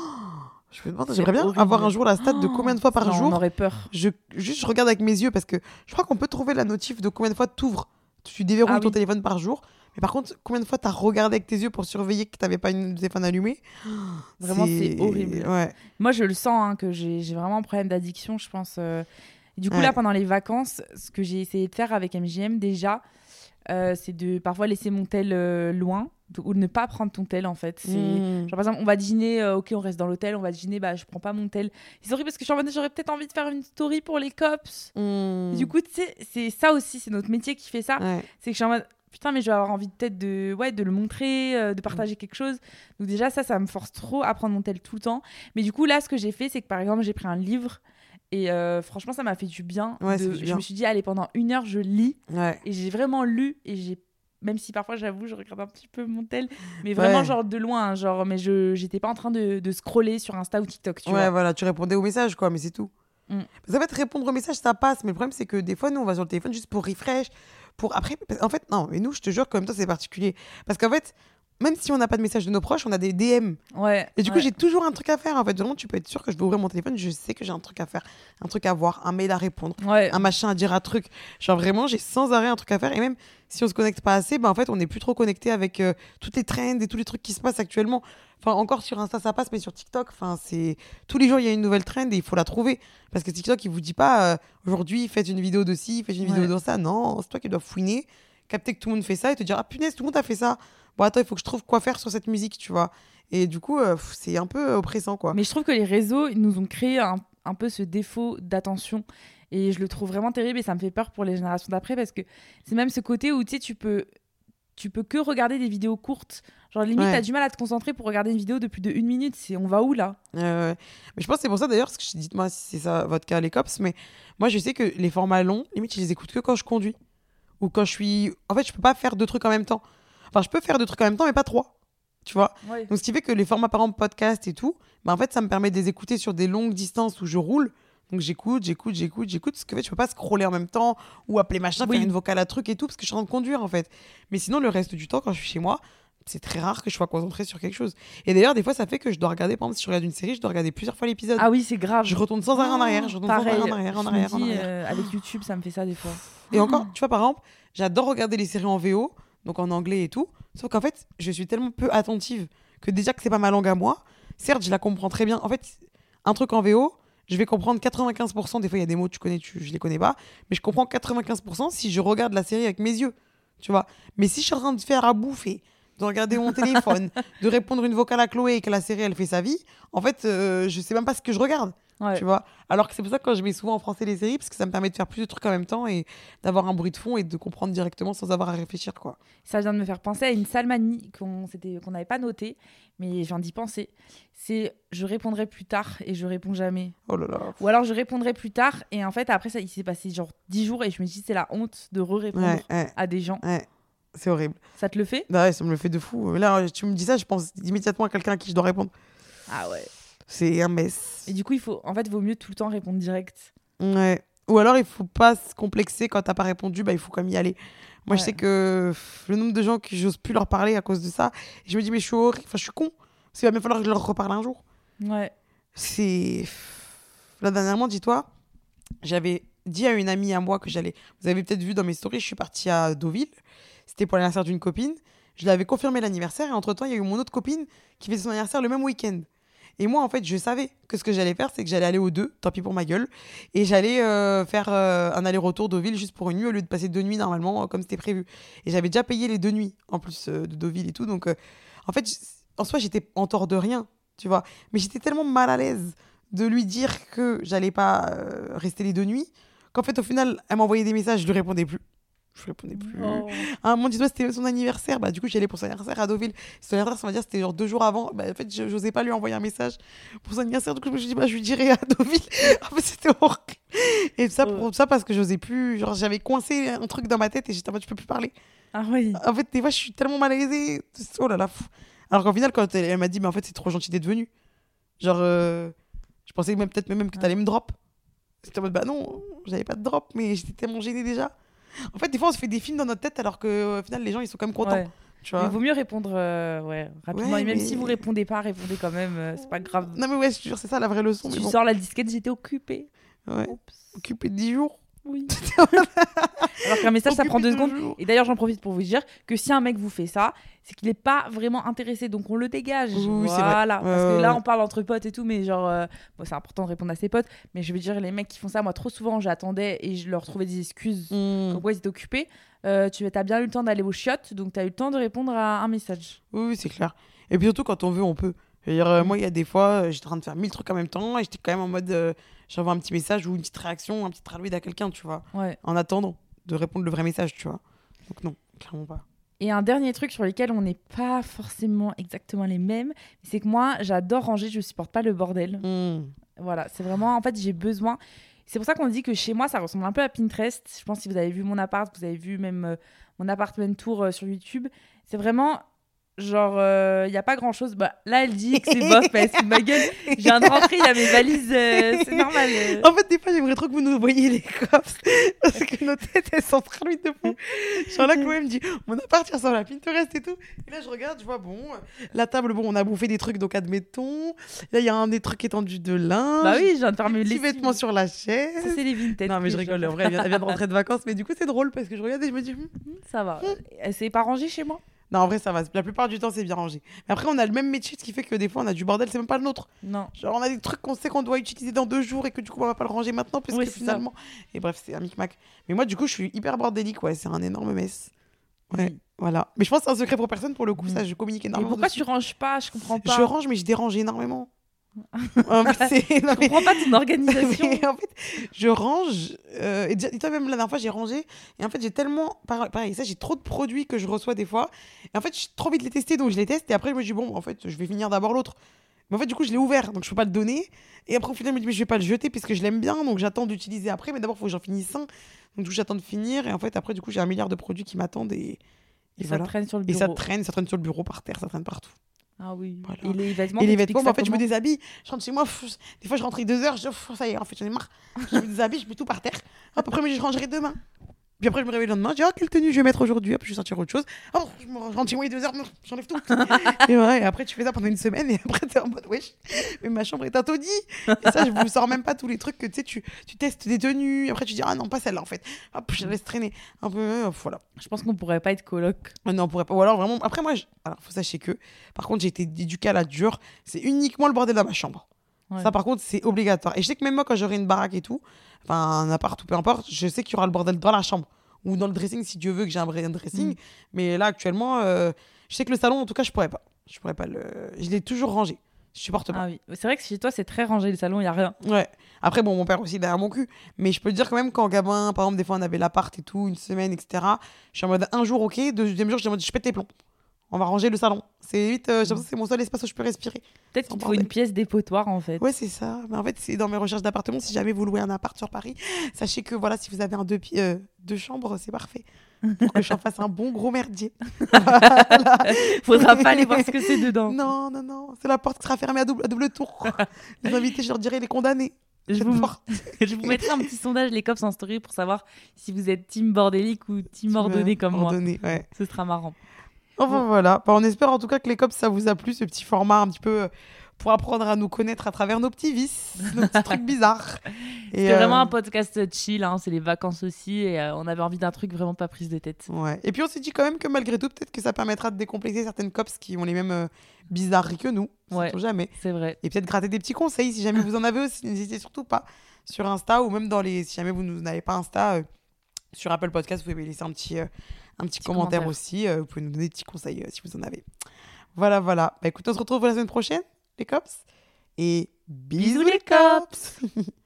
J'aimerais bien avoir un jour la stat de combien de fois par jour. On aurait peur. Je regarde avec mes yeux parce que je crois qu'on peut trouver la notif de combien de fois t'ouvres. Tu déverrouilles ton téléphone par jour. Mais par contre, combien de fois t'as regardé avec tes yeux pour surveiller que t'avais pas une téléphone allumé? Vraiment, c'est horrible. Ouais. Moi, je le sens, que j'ai vraiment un problème d'addiction, je pense. Du coup, là, pendant les vacances, ce que j'ai essayé de faire avec MJM, déjà, c'est de parfois laisser mon tel loin, ou de ne pas prendre ton tel, en fait. Genre, par exemple, on va dîner, ok, on reste dans l'hôtel, on va dîner, je prends pas mon tel. C'est horrible parce que j'aurais peut-être envie de faire une story pour les cops. Du coup, tu sais, c'est ça aussi, c'est notre métier qui fait ça. Ouais. C'est que je suis en mode, putain, mais je vais avoir envie peut-être de le montrer, de partager quelque chose. Donc déjà, ça me force trop à prendre mon tel tout le temps. Mais du coup, là, ce que j'ai fait, c'est que par exemple, j'ai pris un livre et franchement, ça m'a fait du bien. Je me suis dit, allez, pendant 1 heure, je lis. Ouais. Et j'ai vraiment lu et même si parfois, j'avoue, je regarde un petit peu mon tel, mais vraiment genre de loin, mais j'étais pas en train de scroller sur Insta ou TikTok, tu vois. Voilà, tu répondais aux messages, quoi, mais c'est tout. Parce qu'en fait, répondre aux messages, ça passe, mais le problème, c'est que des fois, nous, on va sur le téléphone juste pour refresh, après, en fait, non, mais nous, je te jure que, en même temps, c'est particulier. Parce qu'en fait, même si on n'a pas de message de nos proches, on a des DM. Ouais. Et du coup, j'ai toujours un truc à faire. En fait, vraiment, tu peux être sûr que je vais ouvrir mon téléphone, je sais que j'ai un truc à faire, un truc à voir, un mail à répondre, un machin à dire, un truc. Genre vraiment, j'ai sans arrêt un truc à faire. Et même si on se connecte pas assez, en fait, on n'est plus trop connecté avec toutes les trends et tous les trucs qui se passent actuellement. Enfin, encore sur Insta, ça passe, mais sur TikTok, c'est tous les jours, il y a une nouvelle trend et il faut la trouver. Parce que TikTok, il vous dit pas aujourd'hui, faites une vidéo de ci, faites une vidéo de ça. Non, c'est toi qui dois fouiner, capter que tout le monde fait ça et te dire, ah punaise, tout le monde a fait ça. Bon, attends, il faut que je trouve quoi faire sur cette musique, tu vois. Et du coup, c'est un peu oppressant, quoi. Mais je trouve que les réseaux, ils nous ont créé un peu ce défaut d'attention. Et je le trouve vraiment terrible et ça me fait peur pour les générations d'après parce que c'est même ce côté où, tu sais, tu peux que regarder des vidéos courtes. Genre, limite, t'as du mal à te concentrer pour regarder une vidéo de plus de 1 minute. On va où, là? Mais je pense que c'est pour ça, d'ailleurs, parce que dites-moi si c'est ça votre cas, les cops, mais moi, je sais que les formats longs, limite, je les écoute que quand je conduis. Ou quand je suis... En fait, je peux pas faire 2 trucs en même temps. Enfin, je peux faire 2 trucs en même temps, mais pas 3. Tu vois? Ouais. Donc, ce qui fait que les formats, par exemple, podcast et tout, en fait, ça me permet de les écouter sur des longues distances où je roule. Donc, j'écoute. Parce que, en fait, je peux pas scroller en même temps ou appeler machin, faire une vocale à truc et tout, parce que je suis en train de conduire, en fait. Mais sinon, le reste du temps, quand je suis chez moi, c'est très rare que je sois concentrée sur quelque chose. Et d'ailleurs, des fois, ça fait que je dois regarder, par exemple, si je regarde une série, je dois regarder plusieurs fois l'épisode. Ah oui, c'est grave. Je retourne sans arrêt en arrière. Avec YouTube, ça me fait ça des fois. Et encore, tu vois, par exemple, j'adore regarder les séries en VO, donc en anglais et tout. Sauf qu'en fait, je suis tellement peu attentive que déjà que c'est pas ma langue à moi, certes, je la comprends très bien. En fait, un truc en VO, je vais comprendre 95%. Des fois, il y a des mots, je les connais pas. Mais je comprends 95% si je regarde la série avec mes yeux. Tu vois. Mais si je suis en train de faire à bouffer, de regarder mon téléphone, de répondre une vocale à Chloé et que la série, elle fait sa vie, en fait, je sais même pas ce que je regarde. Ouais. Tu vois. Alors que c'est pour ça que quand je mets souvent en français les séries, parce que ça me permet de faire plus de trucs en même temps et d'avoir un bruit de fond et de comprendre directement sans avoir à réfléchir, quoi. Ça vient de me faire penser à une sale manie qu'on n'avait pas notée, mais je viens d'y penser. C'est je répondrai plus tard et je réponds jamais. Oh là là. Ou alors je répondrai plus tard et en fait après ça il s'est passé genre 10 jours et je me dis c'est la honte de répondre à des gens. Ouais. C'est horrible. Ça te le fait? Bah ouais, ça me le fait de fou. Là, tu me dis ça, je pense immédiatement à quelqu'un à qui je dois répondre. Ah ouais. C'est un mess. Et du coup, vaut mieux tout le temps répondre direct. Ouais. Ou alors, il faut pas se complexer quand t'as pas répondu, bah il faut quand même y aller. Moi, je sais que le nombre de gens que j'ose plus leur parler à cause de ça, et je me dis, mais je suis horrible, je suis con. Parce qu'il va même falloir que je leur reparle un jour. Ouais. C'est. Là, dernièrement, dis-toi, j'avais dit à une amie à moi que j'allais. Vous avez peut-être vu dans mes stories, je suis partie à Deauville. C'était pour l'anniversaire d'une copine. Je l'avais confirmé l'anniversaire, et entre-temps, il y a eu mon autre copine qui faisait son anniversaire le même week-end. Et moi, en fait, je savais que ce que j'allais faire, c'est que j'allais aller aux deux, tant pis pour ma gueule, et j'allais faire un aller-retour Deauville juste pour une nuit au lieu de passer 2 nuits normalement, comme c'était prévu. Et j'avais déjà payé les 2 nuits, en plus de Deauville et tout. Donc, en fait, en soi, j'étais en tort de rien, tu vois. Mais j'étais tellement mal à l'aise de lui dire que j'allais pas rester les 2 nuits, qu'en fait, au final, elle m'envoyait des messages, je lui répondais plus. Je répondais plus. Oh. À un moment, dis-toi, c'était son anniversaire. Bah, du coup, j'y allais pour son anniversaire à Deauville. Son anniversaire, on va dire, c'était genre 2 jours avant. Bah, en fait, je n'osais pas lui envoyer un message pour son anniversaire. Du coup, je me suis dit, bah, je lui dirai à Deauville. En fait, c'était horrible. Et ça, pour ça, parce que j'osais plus. Genre, j'avais coincé un truc dans ma tête et j'étais en mode, je peux plus parler. Ah oui. En fait, des fois, je suis tellement malaisée. Oh là là, fou. Alors qu'au final, quand elle m'a dit, mais en fait, c'est trop gentil d'être venue. Genre, je pensais même peut-être même que t'allais me drop. C'était en mode, bah non, j'avais pas de drop, mais j'étais tellement gênée déjà. En fait, des fois, on se fait des films dans notre tête alors qu'au final, les gens, ils sont quand même contents. Ouais. Tu vois. Il vaut mieux répondre rapidement. Ouais, et même mais- si vous répondez pas, répondez quand même. C'est pas grave. Non, mais ouais, je te jure, c'est ça la vraie leçon. Tu Mais bon. sors la disquette, j'étais occupée. Ouais. Oups. Occupé de 10 jours. Oui. Alors qu'un message, ça prend 2 Occupé de secondes. jours. Et d'ailleurs, j'en profite pour vous dire que si un mec vous fait ça, c'est qu'il est pas vraiment intéressé. Donc on le dégage. Oui, c'est vrai. Voilà. Parce que là, ouais. on parle entre potes et tout. Mais genre, bon, c'est important de répondre à ses potes. Mais je veux dire, les mecs qui font ça, moi, trop souvent, j'attendais et je leur trouvais des excuses. Comme quoi, ils étaient occupés. Tu as bien eu le temps d'aller aux chiottes. Donc tu as eu le temps de répondre à un message. Oui, c'est clair. Et puis surtout, quand on veut, on peut. C'est-à-dire, moi, il y a des fois, j'étais en train de faire 1000 trucs en même temps et j'étais quand même en mode, j'envoie un petit message ou une petite réaction, un petit traduit à quelqu'un, tu vois, Ouais. en attendant de répondre le vrai message, tu vois. Donc non, clairement pas. Et un dernier truc sur lequel on n'est pas forcément exactement les mêmes, c'est que moi, j'adore ranger, je supporte pas le bordel. Voilà, c'est vraiment, en fait, j'ai besoin. C'est pour ça qu'on dit que chez moi, ça ressemble un peu à Pinterest. Je pense que si vous avez vu mon appart, vous avez vu même mon apartment tour sur YouTube. C'est vraiment, genre, il n'y a pas grand-chose. Bah, là, elle dit que c'est bof, mais elle se fout de ma gueule. Je viens de rentrer, il y a mes valises, c'est normal. En fait, des fois, j'aimerais trop que vous nous voyiez les cops. Parce que nos têtes, elles sont très vite de fou. Genre là, Chloé me dit, mon appart, il ressemble à Pinterest et tout. Et là, je regarde, je vois, bon, la table, bon, on a bouffé des trucs, donc admettons. Là, il y a des trucs étendus de linge. Bah oui, je viens de faire mes Des petits lessives. vêtements sur la chaise. Ça, c'est les vintage. Non, mais je rigole, en vrai, elle vient de rentrer de vacances. Mais du coup, c'est drôle parce que je regarde et je me dis, Ça va. C'est pas rangé chez moi? non, en vrai, ça va. La plupart du temps, c'est bien rangé. Mais après, on a le même métier, ce qui fait que des fois, on a du bordel, c'est même pas le nôtre. Non. Genre, on a des trucs qu'on sait qu'on doit utiliser dans 2 jours et que du coup, on va pas le ranger maintenant parce Oui, que c'est finalement. Et bref, c'est un micmac. Mais moi, du coup, je suis hyper bordélique, ouais. C'est un énorme mess. Ouais, Oui. voilà. Mais je pense que c'est un secret pour personne pour le coup, ça, je communique Mais énormément. pourquoi dessus. tu ranges pas? Je comprends pas. Je range, mais je dérange énormément. En fait, c'est- non, Je comprends pas ton organisation. mais en fait, je range. Et dis-toi, même la dernière fois, j'ai rangé. Et en fait, j'ai tellement. Pareil, ça, j'ai trop de produits que je reçois des fois. Et en fait, j'ai trop envie de les tester, donc je les teste. Et après, je me dis, bon, en fait, je vais finir d'abord l'autre. Mais en fait, du coup, je l'ai ouvert, donc je peux pas le donner. Et après, au final, je me dis, mais je vais pas le jeter puisque je l'aime bien. Donc j'attends d'utiliser après. Mais d'abord, il faut que j'en finisse un. Donc, du coup, j'attends de finir. Et en fait, après, du coup, j'ai 1 milliard de produits qui m'attendent. Et Et ça voilà. traîne sur le Et bureau. ça traîne sur le bureau, par terre, ça traîne partout. Ah oui. Voilà. Et les vêtements, Et les t'expliques vêtements, ça bah, en fait, je me comment? déshabille. Je rentre chez moi, des fois, je rentre 2 heures, ça y est, en fait, j'en ai marre. Je me déshabille, je mets tout par terre. Hop, après, je rangerai demain. Puis après, je me réveille le lendemain, je dis, quelle tenue je vais mettre aujourd'hui? Hop, je vais sortir autre chose. Oh, je rentre chez moi, il est 2 heures, j'enlève tout. Et ouais, et après, tu fais ça pendant 1 semaine, et après, t'es en mode, wesh, mais ma chambre est interdite. Et ça, je vous sors même pas tous les trucs que tu testes des tenues. Après, tu dis, ah non, pas celle-là, en fait. Hop, je laisse traîner. Un peu, voilà. Je pense qu'on pourrait pas être coloc. Non, on pourrait pas. Ou alors vraiment. Après, moi, alors, faut sachez que, par contre, j'ai été éduquée à la dure. C'est uniquement le bordel dans ma chambre. Ouais. Ça, par contre, c'est obligatoire. Et je sais que même moi, quand j'aurai une baraque et tout, enfin, un appart ou peu importe, je sais qu'il y aura le bordel dans la chambre. Ou dans le dressing, si Dieu veut que j'ai un vrai dressing. Mais là, actuellement, je sais que le salon, en tout cas, je pourrais pas. Je pourrais pas le. Je l'ai toujours rangé. Je supporte pas. Ah oui. C'est vrai que chez toi, c'est très rangé le salon, il y a rien. Ouais. Après, bon, mon père aussi derrière mon cul. Mais je peux te dire quand même, quand gamin, par exemple, des fois, on avait l'appart et tout, 1 semaine, etc. Je suis en mode 1 jour, ok. 2e jour, je suis en mode, je pète les plombs. On va ranger le salon. C'est vite, j'ai l'impression que c'est mon seul espace où je peux respirer. Peut-être qu'il te faut une pièce dépotoir en fait. Ouais, c'est ça. Mais en fait, c'est dans mes recherches d'appartements. Si jamais vous louez un appart sur Paris, sachez que voilà, si vous avez un 2 chambres, c'est parfait. Pour que j'en fasse un bon gros merdier. Voilà. Faudra pas aller voir ce que c'est dedans. Non, non, non. C'est la porte qui sera fermée à double tour. Les invités, je leur dirai les condamnés. Je vous mettrai un petit sondage, les cops en story, pour savoir si vous êtes team bordélique ou team ordonné comme moi. Ouais. Ce sera marrant. Enfin voilà, on espère en tout cas que les cops ça vous a plu, ce petit format un petit peu pour apprendre à nous connaître à travers nos petits vices, nos petits trucs bizarres. C'était vraiment un podcast chill, hein, c'est les vacances aussi et on avait envie d'un truc vraiment pas prise de tête. Ouais. Et puis on s'est dit quand même que malgré tout, peut-être que ça permettra de décomplexer certaines cops qui ont les mêmes bizarreries que nous, sait-on jamais. C'est vrai. Et peut-être gratter des petits conseils si jamais vous en avez aussi, n'hésitez surtout pas sur Insta ou même si jamais vous n'avez pas Insta, sur Apple Podcast, vous pouvez laisser un petit commentaire aussi. Vous pouvez nous donner des petits conseils si vous en avez. Voilà. Bah écoute, on se retrouve la semaine prochaine, les cops. Et bisous les cops.